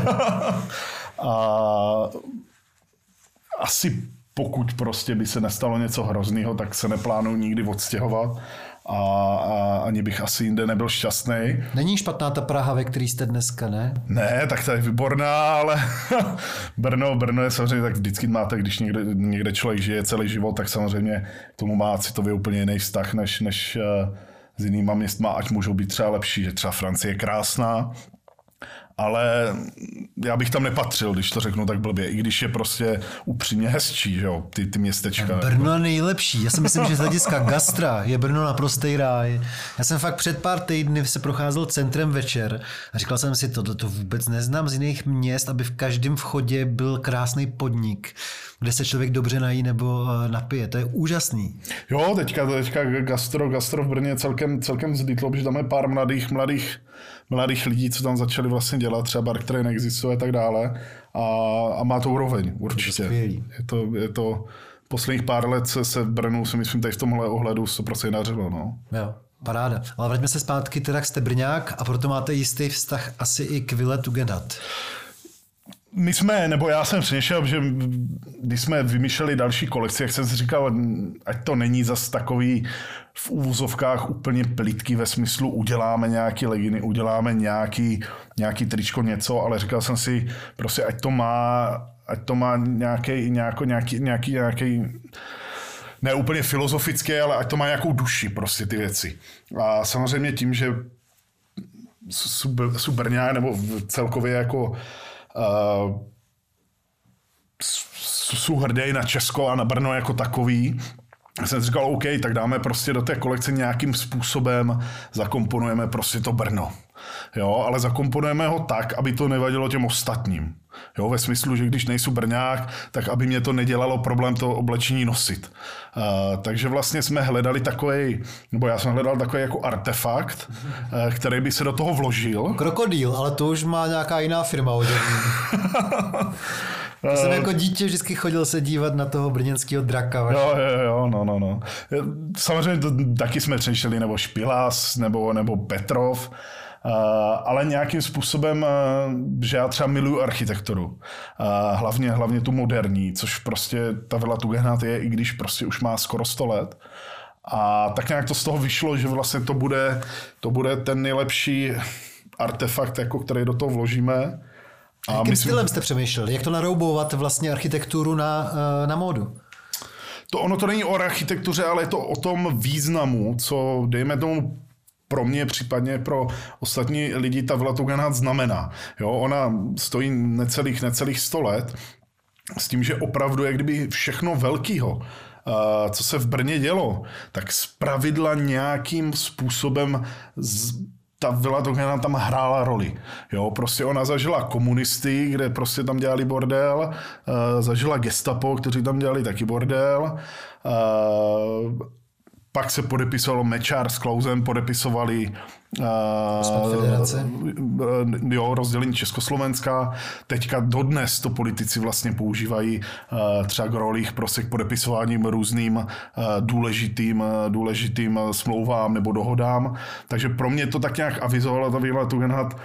a... Asi pokud prostě by se nestalo něco hroznýho, tak se neplánuju nikdy odstěhovat a, a ani bych asi jinde nebyl šťastný. Není špatná ta Praha, ve který jste dneska, ne? Ne, tak to je výborná, ale Brno, Brno je samozřejmě tak vždycky máte, když někde, někde člověk žije celý život, tak samozřejmě tomu má citově úplně jiný vztah než, než s jinýma městma, ať můžou být třeba lepší, že třeba Francie je krásná, ale já bych tam nepatřil, když to řeknu tak blbě, i když je prostě upřímně hezčí, že jo, ty, ty městečka. Brno je nejlepší. Já si myslím, že z hlediska gastra je Brno naprostý ráj. Já jsem fakt před pár týdny se procházel centrem večer a říkal jsem si, to, to vůbec neznám z jiných měst, aby v každém vchodě byl krásný podnik, kde se člověk dobře nají nebo napije. To je úžasný. Jo, teďka, teďka gastro, gastro v Brně celkem, celkem vzlítlo, protože tam je pár mladých, mladých mladých lidí, co tam začali vlastně dělat, třeba bar, který neexistuje a tak dále. A, a má to úroveň, určitě. Je to, je to posledních pár let se, se v Brnu, si myslím, tady v tomhle ohledu sto procent dařilo. No. Jo, paráda. Ale vraťme se zpátky, teda jste Brňák a proto máte jistý vztah asi i k Vile Tugendhat. My jsme, nebo já jsem přemýšlel, že když jsme vymýšleli další kolekci, jak jsem si říkal, ať to není zas takový v úvozovkách úplně plitký ve smyslu uděláme nějaký leginy, uděláme nějaký, nějaký tričko, něco, ale říkal jsem si, prostě ať to má, ať to má nějaký, nějaký, nějaký, nějaký, nějaký ne úplně filozofický, ale ať to má nějakou duši, prostě ty věci. A samozřejmě tím, že jsou Brňák, nebo celkově jako Uh, jsou hrdý na Česko a na Brno jako takový. Jsem říkal, OK, tak dáme prostě do té kolekce nějakým způsobem, zakomponujeme prostě to Brno. Jo, ale zakomponujeme ho tak, aby to nevadilo těm ostatním. Jo, ve smyslu, že když nejsou Brňák, tak aby mě to nedělalo problém to oblečení nosit. Uh, takže vlastně jsme hledali takový, nebo já jsem hledal takový jako artefakt, uh, který by se do toho vložil. Krokodýl, ale to už má nějaká jiná firma oděvní. Já jsem jako dítě vždycky chodil se dívat na toho brněnského draka. Vaši. Jo, jo, jo, no, no, no. Samozřejmě to, taky jsme přemýšleli, nebo Špilás, nebo, nebo Petrov, uh, ale nějakým způsobem, uh, že já třeba miluju architekturu. Uh, hlavně, hlavně tu moderní, což prostě ta Vila Tugendhat je, i když prostě už má skoro sto let. A tak nějak to z toho vyšlo, že vlastně to bude, to bude ten nejlepší artefakt, jako který do toho vložíme. A jakým myslím, stylem jste přemýšleli? Jak to naroubovat vlastně architekturu na, na módu? To ono to není o architektuře, ale je to o tom významu, co dejme tomu pro mě, případně pro ostatní lidi ta Vila Tugendhat znamená. Jo, ona stojí necelých, necelých sto let s tím, že opravdu je kdyby všechno velkýho, co se v Brně dělo, tak zpravidla nějakým způsobem z ta Vila Tugendhat tam hrála roli. Jo, prostě ona zažila komunisty, kde prostě tam dělali bordel, uh, zažila gestapo, kteří tam dělali taky bordel, uh, pak se podepisovalo Mečiar s Klausem, podepisovali uh, jo, rozdělení Československa. Teďka dodnes to politici vlastně používají uh, třeba Grolich prostě k podepisováním různým uh, důležitým, uh, důležitým smlouvám nebo dohodám. Takže pro mě to tak nějak avizovala ta Vila Tugendhat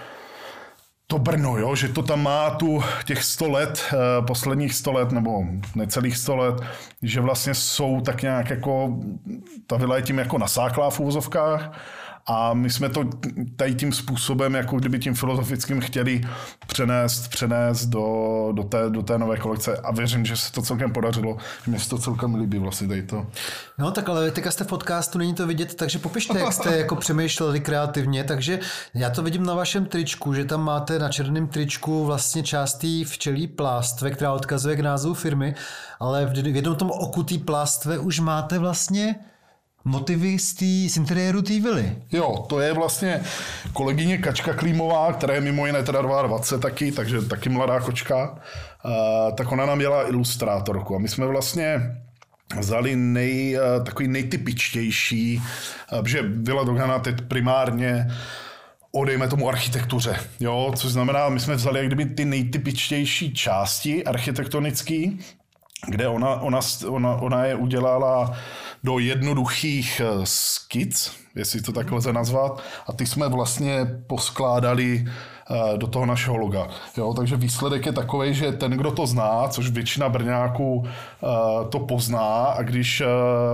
to Brno, jo, že to tam má tu těch sto let, uh, posledních sto let nebo necelých sto let, že vlastně jsou tak nějak jako, ta vila je tím jako nasáklá v úvozovkách. A my jsme to tady tím způsobem, jako kdyby tím filozofickým chtěli přenést, přenést do, do, té, do té nové kolekce a věřím, že se to celkem podařilo, že mě se to celkem líbí vlastně tady to. No tak ale teďka jste v podcastu, není to vidět, takže popište, jak jste jako přemýšleli kreativně, takže já to vidím na vašem tričku, že tam máte na černém tričku vlastně část té včelí plástve, která odkazuje k názvu firmy, ale v jednom tom oku té plástve už máte vlastně motivy z, tý, z interiéru té vily. Jo, to je vlastně kolegyně Kačka Klímová, která je mimo jiné teda dvacet dva taky, takže taky mladá kočka. Uh, tak ona nám dělá ilustrátorku a my jsme vlastně vzali nej, uh, takový nejtypičtější, uh, že Vila Tugendhat teď primárně odejme tomu architektuře, jo, což znamená, my jsme vzali jak kdyby ty nejtypičtější části architektonický, kde ona, ona, ona, ona je udělala do jednoduchých skic, jestli to tak lze nazvat, a ty jsme vlastně poskládali do toho našeho loga. Jo, takže výsledek je takovej, že ten, kdo to zná, což většina Brňáků to pozná, a když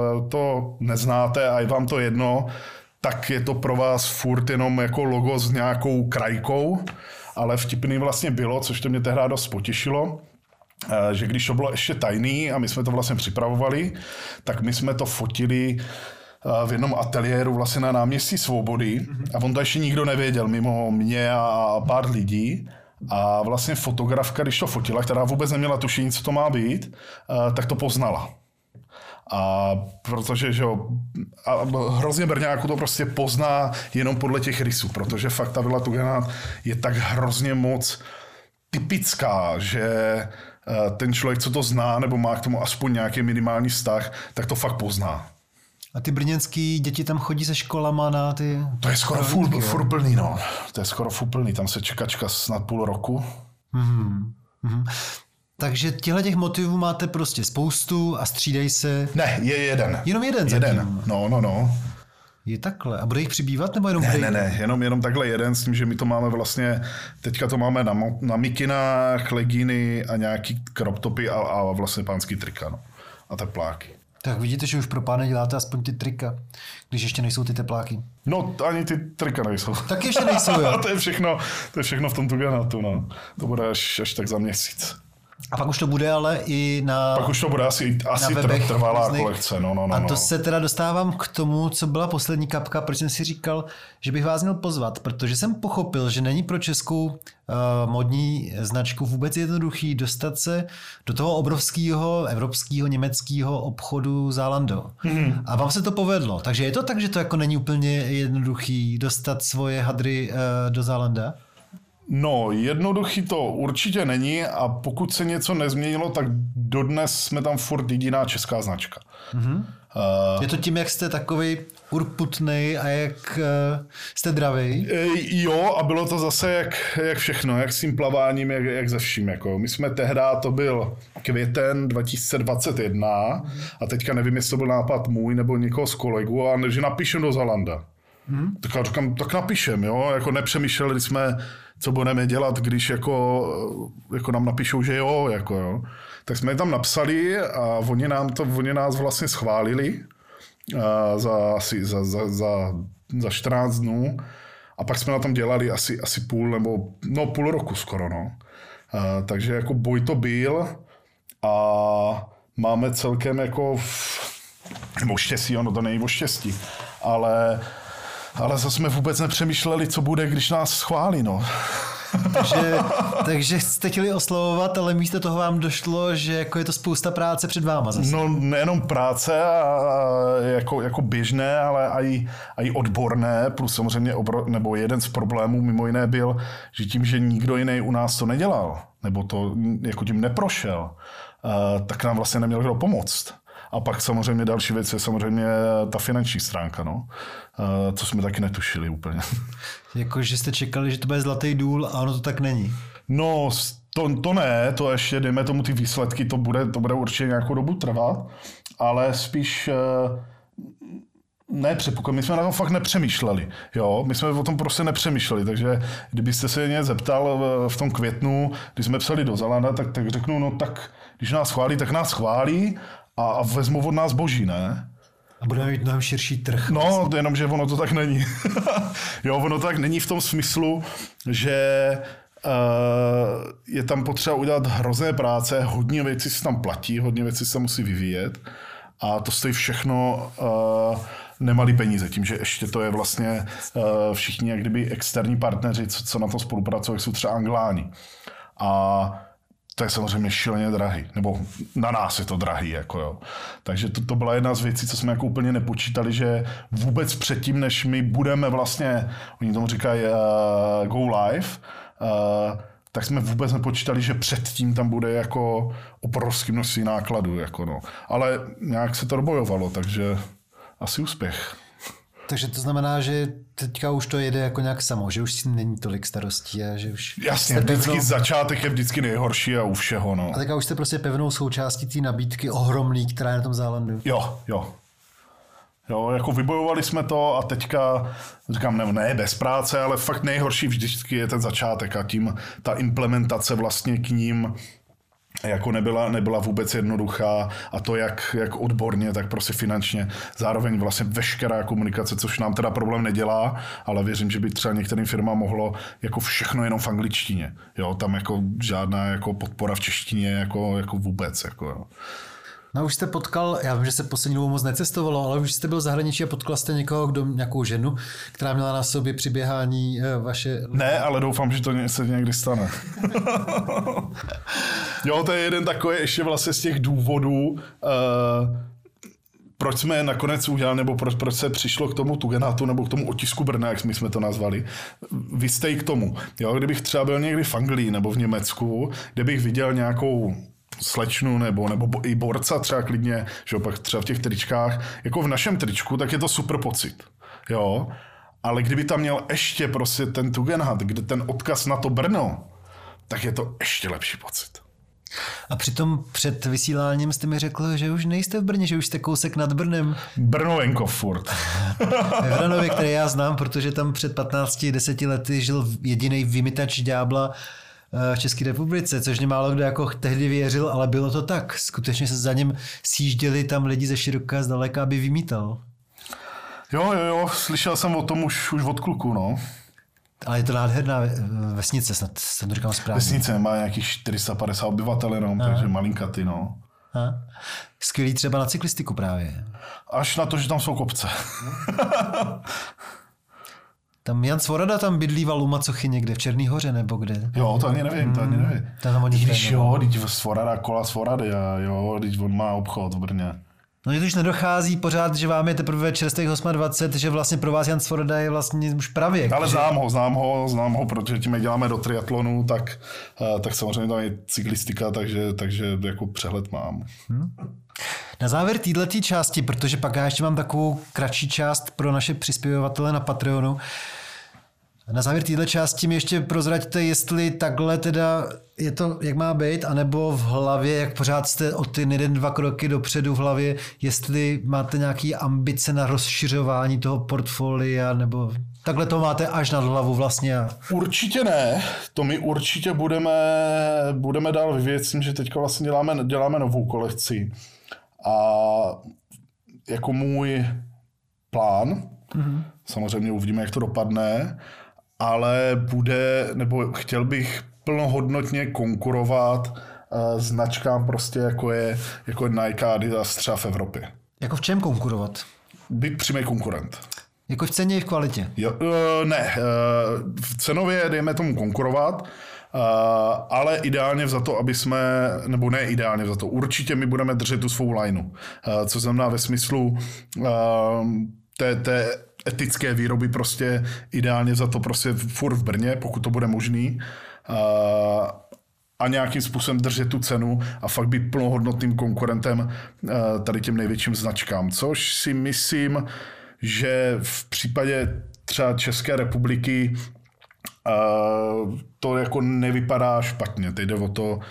to neznáte a je vám to jedno, tak je to pro vás furt jenom jako logo s nějakou krajkou, ale vtipný vlastně bylo, což to mě tehdy dost potěšilo, že když to bylo ještě tajný a my jsme to vlastně připravovali, tak my jsme to fotili v jednom ateliéru vlastně na náměstí Svobody a on to ještě nikdo nevěděl, mimo mě a pár lidí. A vlastně fotografka, když to fotila, která vůbec neměla tušení, co to má být, tak to poznala. A protože, že jo, a hrozně Brňáků to prostě pozná jenom podle těch rysů, protože fakt ta Vila Tugendhat je tak hrozně moc typická, že ten člověk, co to zná, nebo má k tomu aspoň nějaký minimální vztah, tak to fakt pozná. A ty brněnský děti tam chodí se školama na ty... To je skoro furt, furt plný, no. To je skoro furt plný, tam se čekačka snad půl roku. Mm-hmm. Mm-hmm. Takže těchto těch motivů máte prostě spoustu a střídají se... Ne, je jeden. Jenom jeden Jeden, zatím. no, no, no. Je takhle. A bude jich přibývat, nebo jenom... Ne, bude... ne, ne, jenom, jenom takhle jeden, s tím, že my to máme vlastně, teďka to máme na, na mikinách, legíny a nějaký crop topy a, a vlastně pánský trika, no. A tepláky. Tak vidíte, že už pro pány děláte aspoň ty trika, když ještě nejsou ty tepláky. No, ani ty trika nejsou. Tak ještě nejsou, jo. to je všechno, to je všechno v tom Tugendhatu, no. To bude až, až tak za měsíc. A pak už to bude ale i na... Pak už to bude asi, asi trvalá různých... kolekce. No, no, no, a to no. se teda dostávám k tomu, co byla poslední kapka, proč jsem si říkal, že bych vás měl pozvat, protože jsem pochopil, že není pro českou uh, modní značku vůbec jednoduchý dostat se do toho obrovského evropského, německého obchodu Zalando. Hmm. A vám se to povedlo. Takže je to tak, že to jako není úplně jednoduchý dostat svoje hadry uh, do Zalanda? No, jednoduchý to určitě není a pokud se něco nezměnilo, tak dodnes jsme tam furt jediná česká značka. Mm-hmm. Uh, je to tím, jak jste takový urputnej a jak uh, jste dravej? Jo, a bylo to zase jak, jak všechno, jak s tím plaváním, jak, jak ze vším. Jako. My jsme tehdy, to byl květen dva tisíce dvacet jedna mm-hmm. a teďka nevím, jestli to byl nápad můj nebo někoho z kolegů, a že napíšem do Zalanda. Mm-hmm. Tak já říkám, tak napíšem, jo, jako nepřemýšleli jsme, co budeme dělat, když jako, jako nám napíšou, že jo, jako jo. Tak jsme je tam napsali a oni, nám to, oni nás vlastně schválili za, asi, za, za, za, za čtrnáct dnů a pak jsme na tom dělali asi, asi půl nebo no půl roku skoro, no. A, takže jako boj to byl a máme celkem jako nebo štěstí, ono to není o štěstí, ale Ale zase jsme vůbec nepřemýšleli, co bude, když nás schválí, no. takže, takže jste chtěli oslovovat, ale místo toho vám došlo, že jako je to spousta práce před váma zase. No nejenom práce a, a jako, jako běžné, ale i, i odborné, plus samozřejmě obro, nebo jeden z problémů mimo jiné byl, že tím, že nikdo jiný u nás to nedělal, nebo to jako tím neprošel, tak nám vlastně neměl kdo pomoct. A pak samozřejmě další věc je samozřejmě ta finanční stránka, no. Co jsme taky netušili úplně. Jako, že jste čekali, že to bude zlatý důl a ono to tak není. No, to, to ne, to ještě, dejme tomu ty výsledky, to bude, to bude určitě nějakou dobu trvat, ale spíš ne předpoklad, my jsme na tom fakt nepřemýšleli, jo, my jsme o tom prostě nepřemýšleli, takže kdybyste se mě zeptal v tom květnu, když jsme psali do Zalanda, tak, tak řeknu, no tak, když nás chválí, tak nás chválí, a vezmu od nás boží, ne? A budeme mít mnohem širší trh. No, vlastně. Jenom, že ono to tak není. Jo, ono to tak není v tom smyslu, že uh, je tam potřeba udělat hrozné práce, hodně věcí se tam platí, hodně věcí se musí vyvíjet a to stojí všechno uh, nemalý peníze, tím, že ještě to je vlastně uh, všichni jak kdyby externí partneři, co, co na tom spolupracují, jsou třeba Angláni. A to je samozřejmě šíleně drahý, nebo na nás je to drahý, jako jo. Takže to, to byla jedna z věcí, co jsme jako úplně nepočítali, že vůbec předtím, než my budeme vlastně, oni tomu říkají uh, go live, uh, tak jsme vůbec nepočítali, že předtím tam bude jako obrovský množství nákladů, jako no. Ale nějak se to dobojovalo, takže asi úspěch. Takže to znamená, že teďka už to jede jako nějak samo, že už si není tolik starostí a že už... Jasně, vždycky pevnou... začátek je vždycky nejhorší a u všeho, no. A teďka už jste prostě pevnou součástí té nabídky ohromný, která je na tom Zálandu. Jo, jo. Jo, jako vybojovali jsme to a teďka, říkám, ne, ne bez práce, ale fakt nejhorší vždycky je ten začátek a tím ta implementace vlastně k ním jako nebyla, nebyla vůbec jednoduchá a to jak, jak odborně, tak prostě finančně. Zároveň vlastně veškerá komunikace, což nám teda problém nedělá, ale věřím, že by třeba některým firmám mohlo jako všechno jenom v angličtině. Jo, tam jako žádná jako podpora v češtině jako, jako vůbec. Jako, jo. No už jste potkal, já vím, že se poslední dobou moc necestovalo, ale už jste byl v zahraničí a potkal jste někoho, kdo, nějakou ženu, která měla na sobě při běhání vaše... Ne, ale doufám, že to se někdy stane. Jo, to je jeden takový ještě vlastně z těch důvodů, uh, proč jsme nakonec udělali, nebo proč, proč se přišlo k tomu Tugendhatu, nebo k tomu otisku Brna, jak my jsme to nazvali. Vy jste k tomu. Jo, kdybych třeba byl někdy v Anglii nebo v Německu, kde bych viděl nějakou slečnu nebo, nebo i borca třeba klidně, že opak třeba v těch tričkách, jako v našem tričku, tak je to super pocit. Jo, ale kdyby tam měl ještě prostě ten Tugendhat, kde ten odkaz na to Brno, tak je to ještě lepší pocit. A přitom před vysíláním jste mi řekl, že už nejste v Brně, že už jste kousek nad Brnem. Brno venkov furt. Ve Vranově, které já znám, protože tam před patnácti deseti lety žil jediný vymytač ďábla v České republice, což mě málo kdo jako tehdy věřil, ale bylo to tak. Skutečně se za něm sjížděli tam lidi ze široka zdaleka, aby vymítal. Jo, jo, jo, slyšel jsem o tom už, už od kluku, no. Ale je to nádherná vesnice, snad jsem to říkal správně. Vesnice má nějakých čtyři sta padesát obyvatel jenom, Aha. takže malinkatý, no. Aha. Skvělý třeba na cyklistiku právě. Až na to, že tam jsou kopce. Tam Jan Svorada tam bydlíval u Macochy někde v Černý Hoře nebo kde? Jo, to ani nevím, to ani nevím. Tam oni když jo, teď Svorada, kola Svorady a jo, teď on má obchod v Brně. No je to už nedochází pořád, že vám je teprve čerstvých dvacet osm, že vlastně pro vás Jan Svorada je vlastně už pravěk. Ale že? znám ho, znám ho, znám ho, protože tím, jak děláme do triatlonu, tak, tak samozřejmě tam je cyklistika, takže, takže jako přehled mám. Hmm. Na závěr této části, protože pak já ještě mám takovou kratší část pro naše přispěvatele na Patreonu. Na závěr této části mi ještě prozraďte, jestli takhle teda je to, jak má být, anebo v hlavě, jak pořád jste o ty jeden, dva kroky dopředu v hlavě, jestli máte nějaké ambice na rozšiřování toho portfolia, nebo takhle to máte až nad hlavu vlastně. Určitě ne, to my určitě budeme, budeme dál vyvíjet, tím, že teďka vlastně děláme, děláme novou kolekci. A jako můj plán, mm-hmm. samozřejmě uvidíme, jak to dopadne, ale bude, nebo chtěl bych plnohodnotně konkurovat uh, značkám prostě jako je, jako je Nike a Adidas třeba v Evropě. Jako v čem konkurovat? Být přímý konkurent. Jako v ceně i v kvalitě? Jo, uh, ne, uh, v cenově dejme tomu konkurovat, uh, ale ideálně za to, aby jsme, nebo ne ideálně za to, určitě my budeme držet tu svou lineu. Uh, co znamená ve smyslu uh, té, té etické výroby prostě ideálně za to prostě furt v Brně, pokud to bude možný. Uh, a nějakým způsobem držet tu cenu a fakt být plnohodnotným konkurentem uh, tady těm největším značkám. Což si myslím, že v případě třeba České republiky uh, to jako nevypadá špatně. Teď jde o to uh,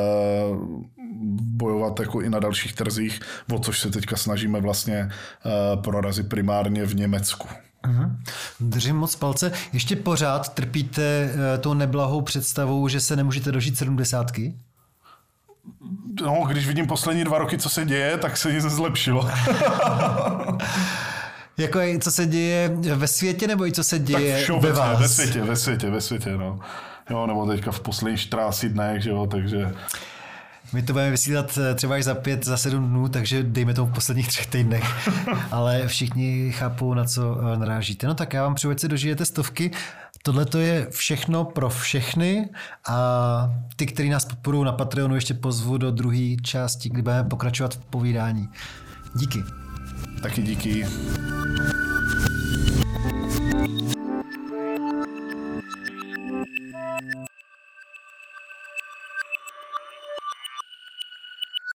bojovat jako i na dalších trzích, o což se teďka snažíme vlastně uh, prorazit primárně v Německu. Uhum. Držím moc palce. Ještě pořád trpíte uh, tou neblahou představou, že se nemůžete dožít sedmdesátky? No, když vidím poslední dva roky, co se děje, tak se nic zlepšilo. Jako co se děje ve světě, nebo i co se děje ve vás? Ve světě, ve světě, ve světě, no. Jo, nebo teďka v posledních čtrnácti dnech, že jo, takže... My to budeme vysílat třeba až za pět, za sedm dnů, takže dejme tomu v posledních třech týdnech. Ale všichni chápou, na co narážíte. No tak já vám přeju, ať se dožijete stovky. Tohle to je všechno pro všechny a ty, kteří nás podporují na Patreonu, ještě pozvu do druhé části, kdy budeme pokračovat v povídání. Díky. Taky díky.